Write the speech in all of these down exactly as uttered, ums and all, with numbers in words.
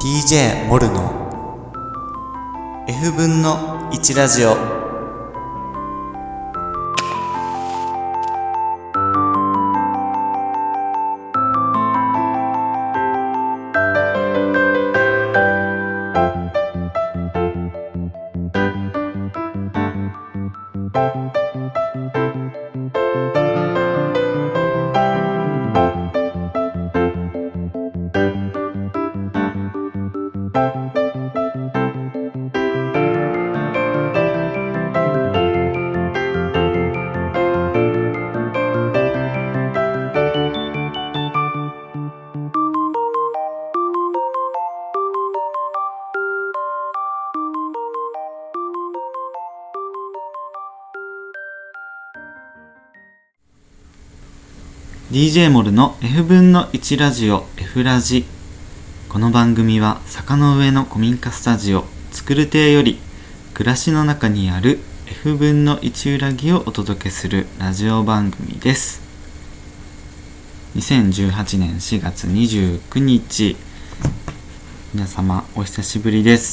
ディージェー モルの エフ 分のいちラジオ。ディージェー モルの エフ 分のいちラジオ F ラジ。この番組は坂の上の古民家スタジオ作る亭より暮らしの中にある エフ 分のいち裏木をお届けするラジオ番組です。にせんじゅうはちねんしがつにじゅうくにち、皆様お久しぶりです。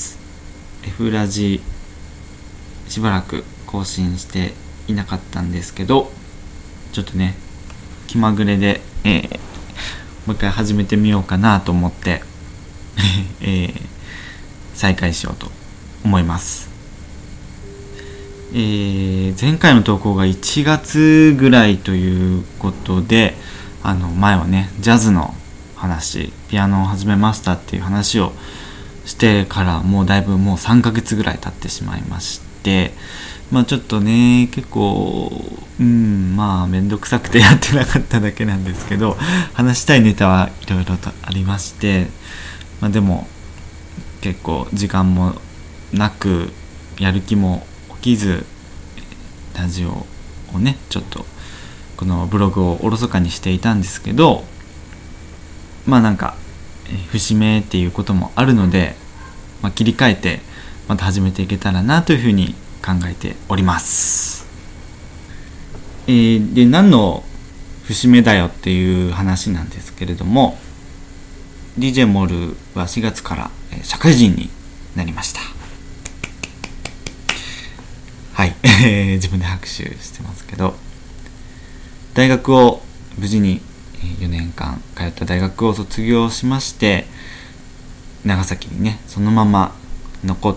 F ラジしばらく更新していなかったんですけど、ちょっとね気まぐれで、えー、もう一回始めてみようかなと思って、えー、再開しようと思います。えー、前回の投稿がいちがつぐらいということで、あの前はねジャズの話、ピアノを始めましたっていう話をしてからもうだいぶもうさんかげつぐらい経ってしまいまして、まあちょっとね結構うんまあめんどくさくてやってなかっただけなんですけど、話したいネタはいろいろとありまして、まあでも結構時間もなくやる気も起きず、ラジオをねちょっとこのブログをおろそかにしていたんですけど、まあなんか節目っていうこともあるので、まあ、切り替えてまた始めていけたらなというふうに考えております。えー、で何の節目だよっていう話なんですけれども、 ディージェー モールはしがつから社会人になりました。はい、自分で拍手してますけど、大学を無事によねんかん通った大学を卒業しまして、長崎にねそのまま残って、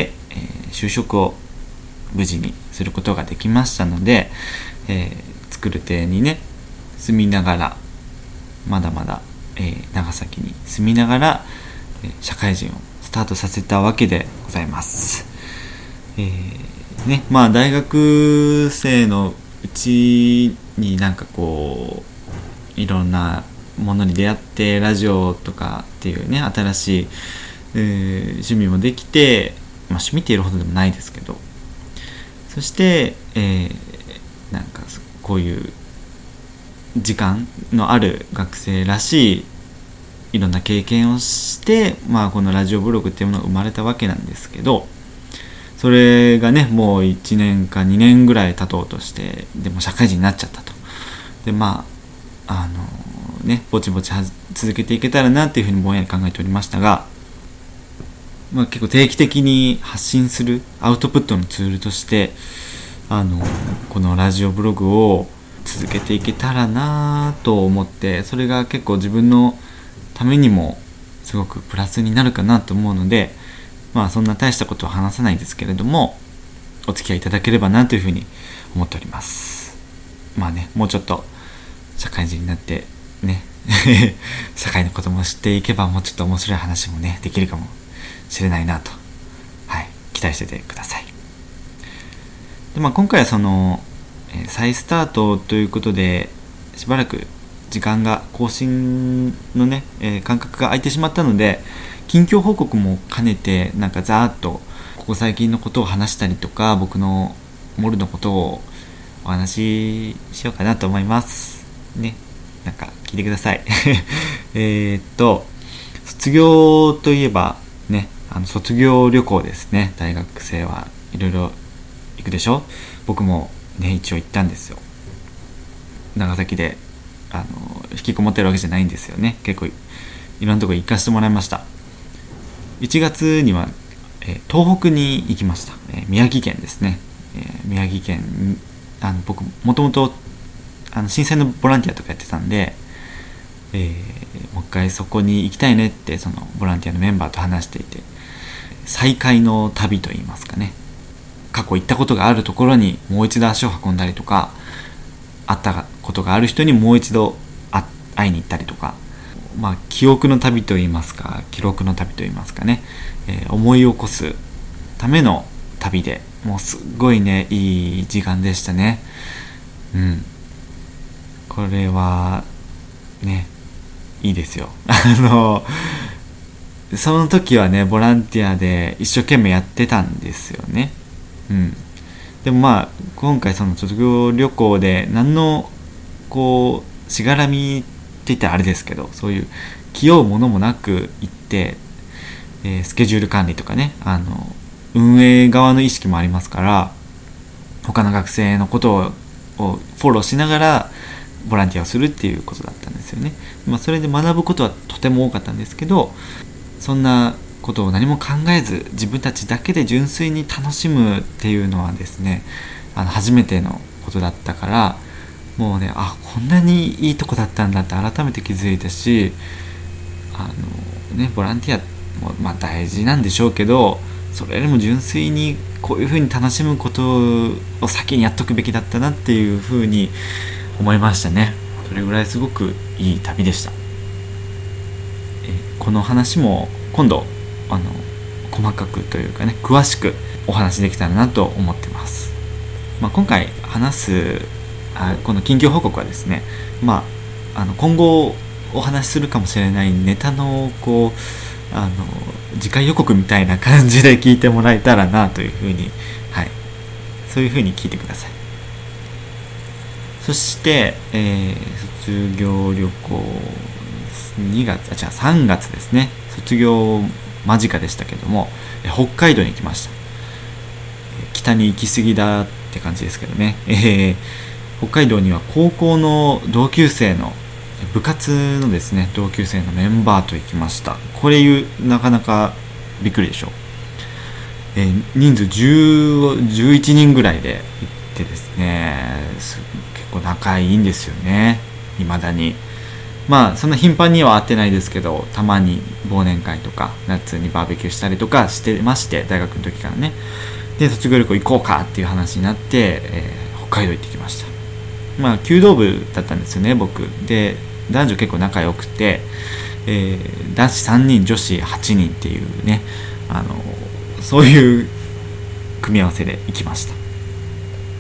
えー、就職を無事にすることができましたので、えー、作る亭にね住みながら、まだまだ、えー、長崎に住みながら、えー、社会人をスタートさせたわけでございます。えー、ねまあ大学生のうちになんかこういろんなものに出会って、ラジオとかっていうね新しい、えー、趣味もできて、まあ、趣味って言うほどでもないですけど、そして、えー、なんかこういう時間のある学生らしいいろんな経験をして、まあ、このラジオブログっていうものが生まれたわけなんですけど、それがねもういちねんかにねんぐらい経とうとして、でも社会人になっちゃったと。でまああのねぼちぼちは続けていけたらなっていうふうにぼんやり考えておりましたが、まあ、結構定期的に発信するアウトプットのツールとしてあのこのラジオブログを続けていけたらなと思って、それが結構自分のためにもすごくプラスになるかなと思うので、まあそんな大したことは話さないですけれども、お付き合いいただければなというふうに思っております。まあねもうちょっと社会人になってね社会のことも知っていけば、もうちょっと面白い話もねできるかもしれないなと、はい、期待しててください。で、まあ、今回はその、えー、再スタートということで、しばらく時間が更新のね、えー、間隔が空いてしまったので、近況報告も兼ねてなんかざーっとここ最近のことを話したりとか、僕のモルのことをお話ししようかなと思いますね。なんか聞いてくださいえっと卒業といえばね、あの卒業旅行ですね。大学生はいろいろ行くでしょ。僕もね一応行ったんですよ。長崎であの引きこもってるわけじゃないんですよね。結構いろんなとこ行かせてもらいました。 いちがつには、えー、東北に行きました、えー、宮城県ですね、えー、宮城県にあの僕もともとあの震災のボランティアとかやってたんで、えー、もう一回そこに行きたいねってそのボランティアのメンバーと話していて、再会の旅といいますかね、過去行ったことがあるところにもう一度足を運んだりとか、会ったことがある人にもう一度会いに行ったりとか、まあ記憶の旅といいますか記録の旅といいますかね、えー、思い起こすための旅で、もうすっごいねいい時間でしたね。うんこれはねいいですよ。あのその時はねボランティアで一生懸命やってたんですよね。うんでもまあ今回その卒業旅行で何のこうしがらみって言ったらあれですけど、そういう気負うものもなく行って、えー、スケジュール管理とかね、あの運営側の意識もありますから、他の学生のことをフォローしながらボランティアをするっていうことだったんですよね。まあ、それで学ぶことはとても多かったんですけど、そんなことを何も考えず自分たちだけで純粋に楽しむっていうのはですね、あの初めてのことだったから、もうねあこんなにいいとこだったんだって改めて気づいたし、あのねボランティアもまあ大事なんでしょうけど、それよりも純粋にこういう風に楽しむことを先にやっとくべきだったなっていう風に思いましたね。それぐらいすごくいい旅でした。えこの話も今度あの細かくというかね詳しくお話できたらなと思ってます。まあ、今回話すあこの近況報告はですね、まあ、あの今後お話しするかもしれないネタのこうあの次回予告みたいな感じで聞いてもらえたらなというふうに、はい、そういうふうに聞いてください。そして、えー、卒業旅行にがつあじゃあさんがつですね、卒業間近でしたけども北海道に行きました。北に行き過ぎだって感じですけどね、えー、北海道には高校の同級生の部活のですね同級生のメンバーと行きました。これいうなかなかびっくりでしょう。えー、人数じゅう、じゅういちにんぐらいで行ってですね、結構仲いいんですよね、未だに。まあそんな頻繁には会ってないですけど、たまに忘年会とか夏にバーベキューしたりとかしてまして、大学の時からね。で卒業旅行行こうかっていう話になって、えー、北海道行ってきました。まあ弓道部だったんですよね僕で。男女結構仲良くて、えー、男子さんにん女子はちにんっていうね、あのそういう組み合わせで行きました。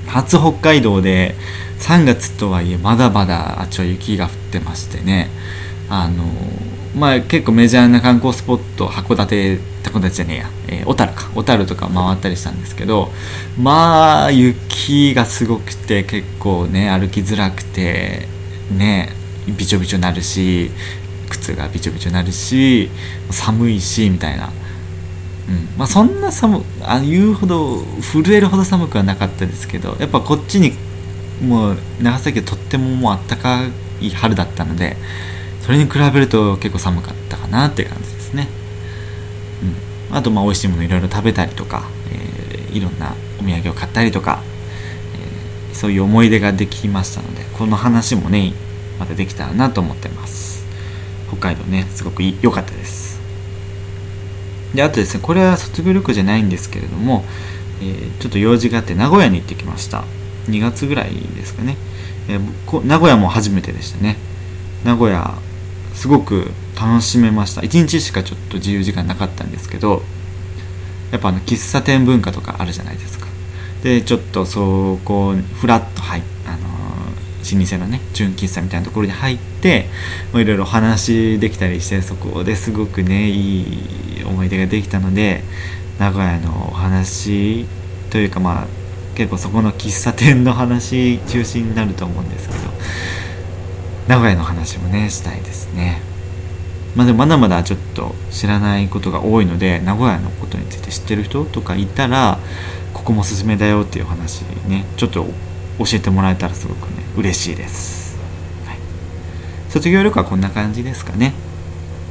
初北海道でさんがつとはいえまだまだあっちは雪が降ってましてね、あのまあ結構メジャーな観光スポット函館函館じゃねえや、えー、小樽か小樽とか回ったりしたんですけど、まあ雪がすごくて結構ね歩きづらくてね、びちょびちょになるし靴がびちょびちょになるし寒いしみたいな、うんまあ、そんな寒あ言うほど震えるほど寒くはなかったですけど、やっぱこっちにもう長崎はとってももう暖かい春だったので、それに比べると結構寒かったかなって感じですね。うん、あとまあ美味しいものいろいろ食べたりとか、えー、いろんなお土産を買ったりとか、えー、そういう思い出ができましたので、この話もねまたできたらなと思ってます。北海道ねすごく良かったです。であとですね、これは卒業旅行じゃないんですけれども、えー、ちょっと用事があって名古屋に行ってきました。にがつぐらいですかね、えー、名古屋も初めてでしたね。名古屋すごく楽しめました。いちにちしかちょっと自由時間なかったんですけど、やっぱあの喫茶店文化とかあるじゃないですか。でちょっとそこフラッと入って、あのー、老舗のね純喫茶みたいなところに入っていろいろ話できたりして、そこですごくねいい思い出ができたので、名古屋のお話というか、まあ結構そこの喫茶店の話中心になると思うんですけど、名古屋の話もねしたいですね。まあでもまだまだちょっと知らないことが多いので、名古屋のことについて知ってる人とかいたらここもおすすめだよっていう話ねちょっと教えてもらえたらすごくね嬉しいです。はい、卒業旅行はこんな感じですかね。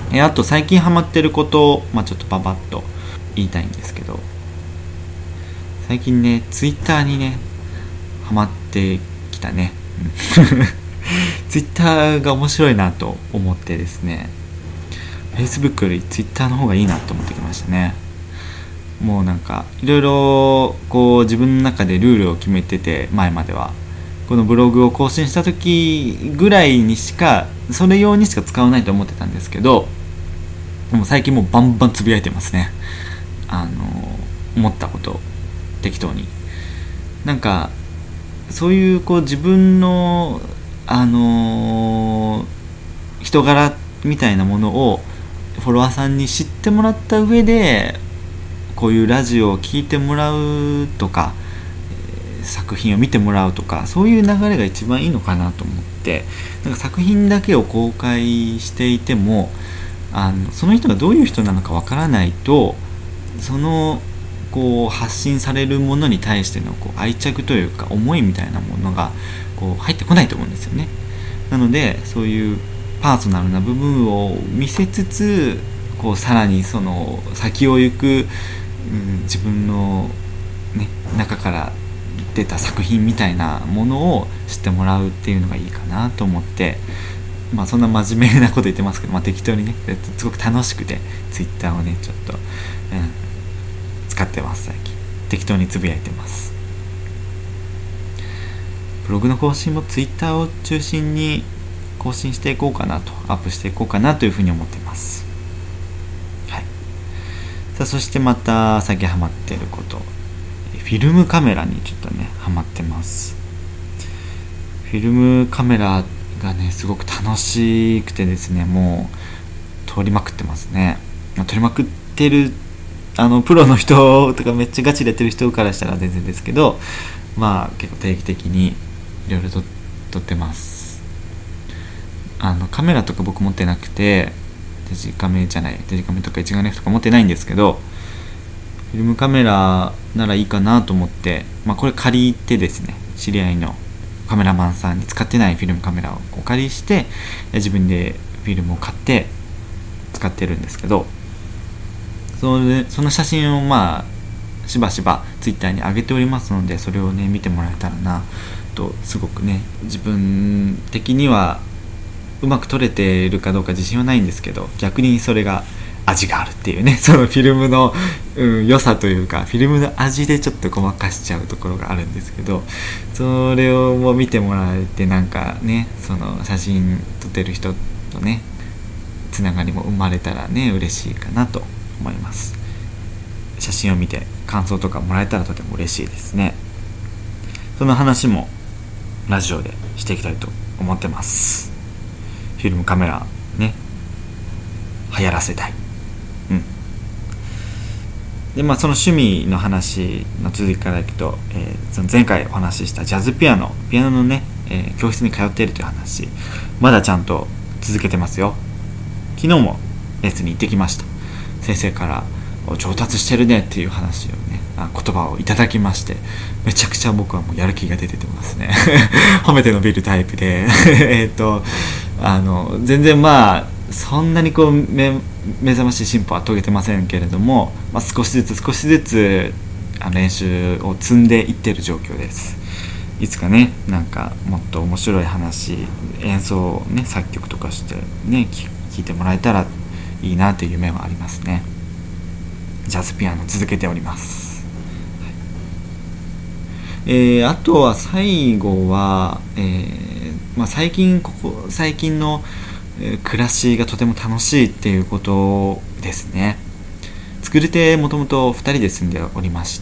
えあと最近ハマってることを、まあ、ちょっとパパッと言いたいんですけど、最近ねツイッターにねハマってきたねツイッターが面白いなと思ってですね、 Facebook よりツイッターの方がいいなと思ってきましたね。もうなんかいろいろこう自分の中でルールを決めてて、前まではこのブログを更新した時ぐらいにしか、それ用にしか使わないと思ってたんですけど、でも最近もうバンバンつぶやいてますね。あの思ったことを適当に、なんかそういうこう自分のあの人柄みたいなものをフォロワーさんに知ってもらった上で、こういうラジオを聞いてもらうとか、作品を見てもらうとか、そういう流れが一番いいのかなと思って、なんか作品だけを公開していても、あのその人がどういう人なのかわからないと、そのこう発信されるものに対してのこう愛着というか思いみたいなものがこう入ってこないと思うんですよね。なのでそういうパーソナルな部分を見せつつ、こうさらにその先を行く、うん、自分の、ね、中から出た作品みたいなものを知ってもらうっていうのがいいかなと思って、まあそんな真面目なこと言ってますけど、まあ、適当にね、すごく楽しくてツイッターをねちょっと、うん、使ってます。最近適当につぶやいてます。ブログの更新もツイッターを中心に更新していこうかなと、アップしていこうかなというふうに思っています。はい。さあ、そしてまた最近ハマっていること、フィルムカメラにちょっとねハマってます。フィルムカメラがねすごく楽しくてですね、もう撮りまくってますね。撮りまくってるあのプロの人とかめっちゃガチでやってる人からしたら全然ですけど、まあ結構定期的にいろいろと撮ってます。あのカメラとか僕持ってなくて、デジカメじゃないデジカメとか一眼レフとか持ってないんですけど、フィルムカメラならいいかなと思って、まあ、これ借りてですね、知り合いのカメラマンさんに使ってないフィルムカメラをお借りして、自分でフィルムを買って使ってるんですけど、それその写真をまあしばしばツイッターに上げておりますので、それをね見てもらえたらなと、すごくね自分的にはうまく撮れているかどうか自信はないんですけど、逆にそれが味があるっていうね、そのフィルムの、うん、良さというか、フィルムの味でちょっとごまかしちゃうところがあるんですけど、それをもう見てもらえて、なんかね、その写真撮ってる人とねつながりも生まれたらね嬉しいかなと思います。写真を見て感想とかもらえたらとても嬉しいですね。その話もラジオでしていきたいと思ってます。フィルムカメラね流行らせたい。うんでまあ、その趣味の話の続きからいくと、えー、その前回お話ししたジャズピアノピアノのね、えー、教室に通っているという話、まだちゃんと続けてますよ。昨日もレッスンに行ってきました。先生から上達してるねっていう話をね、あ言葉をいただきまして、めちゃくちゃ僕はもうやる気が出ててますね褒めて伸びるタイプでえっとあの全然まあそんなにこう 目, 目覚ましい進歩は遂げてませんけれども、まあ、少しずつ少しずつあの練習を積んでいってる状況です。いつかねなんかもっと面白い話、演奏をね作曲とかしてね聴いてもらえたらいいなという夢はありますね。ジャズピアノ続けております。はい、えー、あとは最後は、えーまあ、最近ここ最近の暮らしがとても楽しいっていうことですね。作り手もともとふたりで住んでおりまして、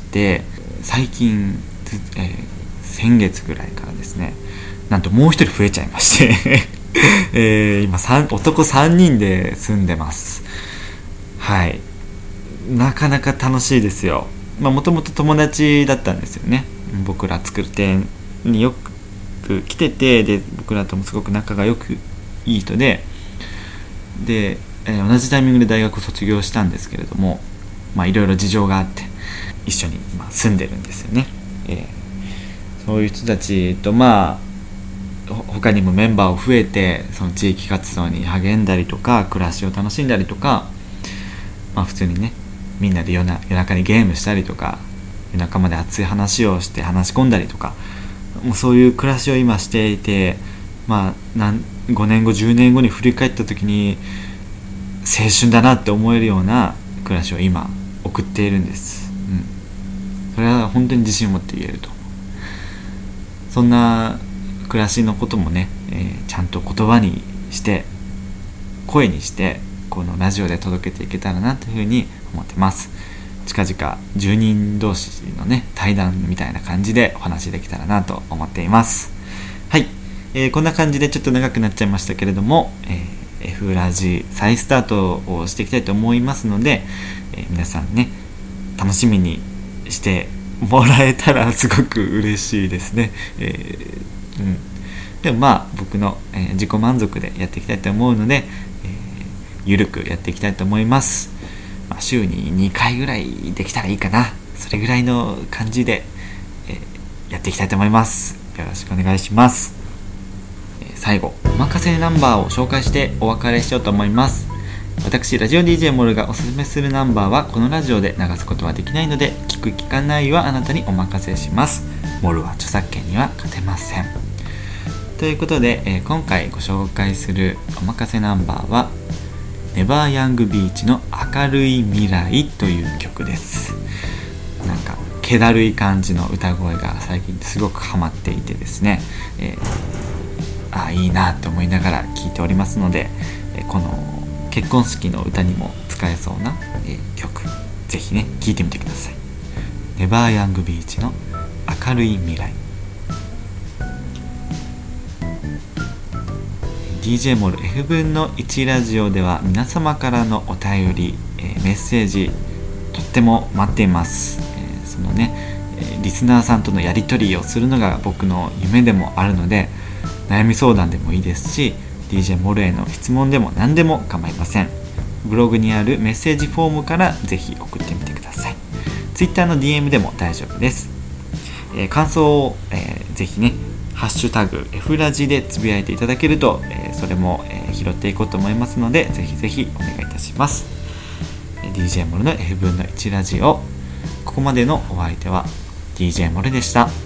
最近、えー、先月ぐらいからですね、なんともう一人増えちゃいましてえー、今男さんにんで住んでます。はい、なかなか楽しいですよ。もともと友達だったんですよね。僕ら作り手によく来てて、で僕らともすごく仲がよくいい人で、で、えー、同じタイミングで大学を卒業したんですけれども、まあいろいろ事情があって一緒に今住んでるんですよね。えー、そういう人たちとまあ他にもメンバーを増えてその地域活動に励んだりとか暮らしを楽しんだりとか、まあ、普通にねみんなで夜な夜中にゲームしたりとか夜中まで熱い話をして話し込んだりとか、もうそういう暮らしを今していて、まあなんごねんごじゅうねんごに振り返った時に青春だなって思えるような暮らしを今送っているんです、うん、それは本当に自信を持って言えると。そんな暮らしのこともね、えー、ちゃんと言葉にして声にしてこのラジオで届けていけたらなというふうに思ってます。近々住人同士のね対談みたいな感じでお話できたらなと思っています。はい、えー、こんな感じでちょっと長くなっちゃいましたけれども、えー、F ラジ再スタートをしていきたいと思いますので、えー、皆さんね楽しみにしてもらえたらすごく嬉しいですね、えーうん、でもまあ僕の、えー、自己満足でやっていきたいと思うので、えー、ゆるくやっていきたいと思います。まあ、週ににかいぐらいできたらいいかな、それぐらいの感じで、えー、やっていきたいと思います。よろしくお願いします。えー、最後おまかせナンバーを紹介してお別れしようと思います。私ラジオ ディージェー モルがおすすめするナンバーはこのラジオで流すことはできないので、聞く聞かないはあなたにお任せします。モルは著作権には勝てません。ということで、えー、今回ご紹介するおまかせナンバーはネバーヤングビーチの明るい未来という曲です。なんか気だるい感じの歌声が最近すごくハマっていてですね、えー、あいいなと思いながら聴いておりますので、えー、この結婚式の歌にも使えそうな、えー、曲ぜひね聴いてみてください。ネバーヤングビーチの明るい未来。 ディージェー モル エフぶんのいちラジオでは皆様からのお便り、えー、メッセージとっても待っています。えー、そのね、えー、リスナーさんとのやり取りをするのが僕の夢でもあるので、悩み相談でもいいですし ディージェー モルへの質問でも何でも構いません。ブログにあるメッセージフォームからぜひ送ってみてください。 Twitter の ディーエム でも大丈夫です。えー、感想を、えー、ぜひねハッシュタグ F ラジでつぶやいていただけると、えー、それも、えー、拾っていこうと思いますので、ぜひぜひお願いいたします。えー、ディージェー モルの エフぶんのいちラジオ、ここまでのお相手は ディージェー モルでした。